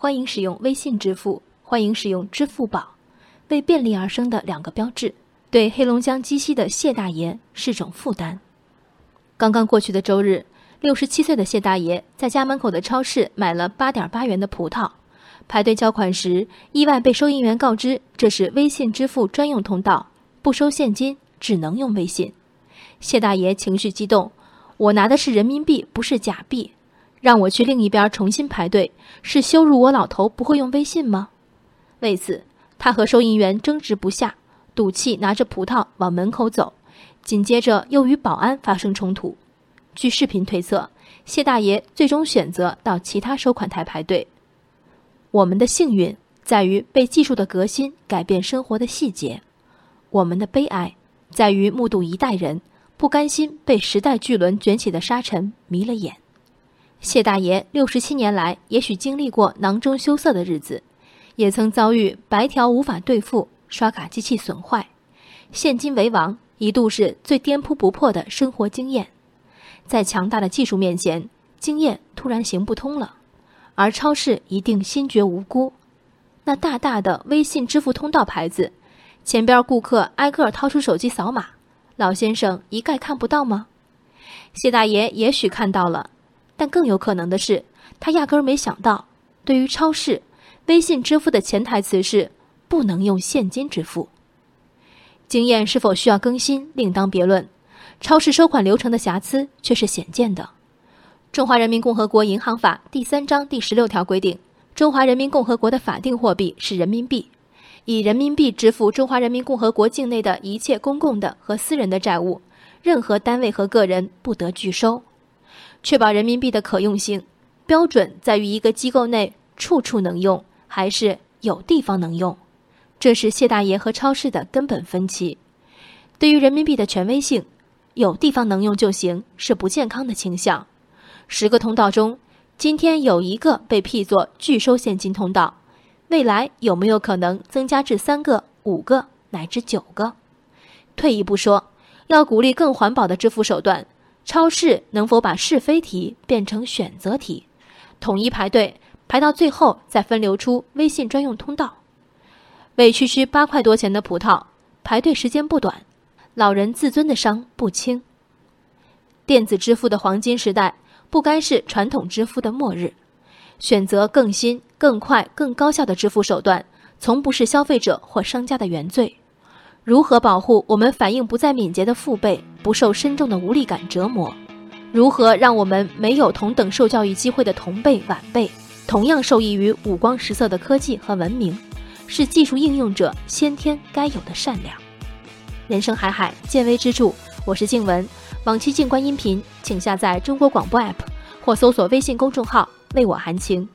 欢迎使用微信支付，欢迎使用支付宝，为便利而生的两个标志，对黑龙江鸡西的谢大爷是种负担。刚刚过去的周日，67岁的谢大爷在家门口的超市买了8.8元的葡萄，排队交款时，意外被收银员告知这是微信支付专用通道，不收现金，只能用微信。谢大爷情绪激动，我拿的是人民币，不是假币，让我去另一边重新排队，是羞辱我老头不会用微信吗？为此，他和收银员争执不下，赌气拿着葡萄往门口走，紧接着又与保安发生冲突。据视频推测，谢大爷最终选择到其他收款台排队。我们的幸运在于被技术的革新改变生活的细节，我们的悲哀在于目睹一代人不甘心被时代巨轮卷起的沙尘迷了眼。谢大爷67年来也许经历过囊中羞涩的日子，也曾遭遇白条无法兑付、刷卡机器损坏、现金为王，一度是最颠扑不破的生活经验。在强大的技术面前，经验突然行不通了，而超市一定心觉无辜。那大大的微信支付通道牌子，前边顾客挨个掏出手机扫码，老先生一概看不到吗？谢大爷也许看到了，但更有可能的是，他压根儿没想到，对于超市，微信支付的潜台词是不能用现金支付。经验是否需要更新另当别论，超市收款流程的瑕疵却是显见的。中华人民共和国银行法第3章第16条规定，中华人民共和国的法定货币是人民币，以人民币支付中华人民共和国境内的一切公共的和私人的债务，任何单位和个人不得拒收。确保人民币的可用性，标准在于一个机构内处处能用，还是有地方能用。这是谢大爷和超市的根本分歧。对于人民币的权威性，有地方能用就行是不健康的倾向。10个通道中，今天有1个被辟作拒收现金通道，未来有没有可能增加至3个、5个乃至9个？退一步说，要鼓励更环保的支付手段，超市能否把是非题变成选择题，统一排队，排到最后再分流出微信专用通道？为区区8块多钱的葡萄，排队时间不短，老人自尊的伤不轻。电子支付的黄金时代，不该是传统支付的末日。选择更新、更快、更高效的支付手段，从不是消费者或商家的原罪。如何保护我们反应不再敏捷的父辈不受深重的无力感折磨？如何让我们没有同等受教育机会的同辈晚辈同样受益于五光十色的科技和文明？是技术应用者先天该有的善良。人生海海，见微知著，我是静文。往期静观音频请下载中国广播 app 或搜索微信公众号为我含情。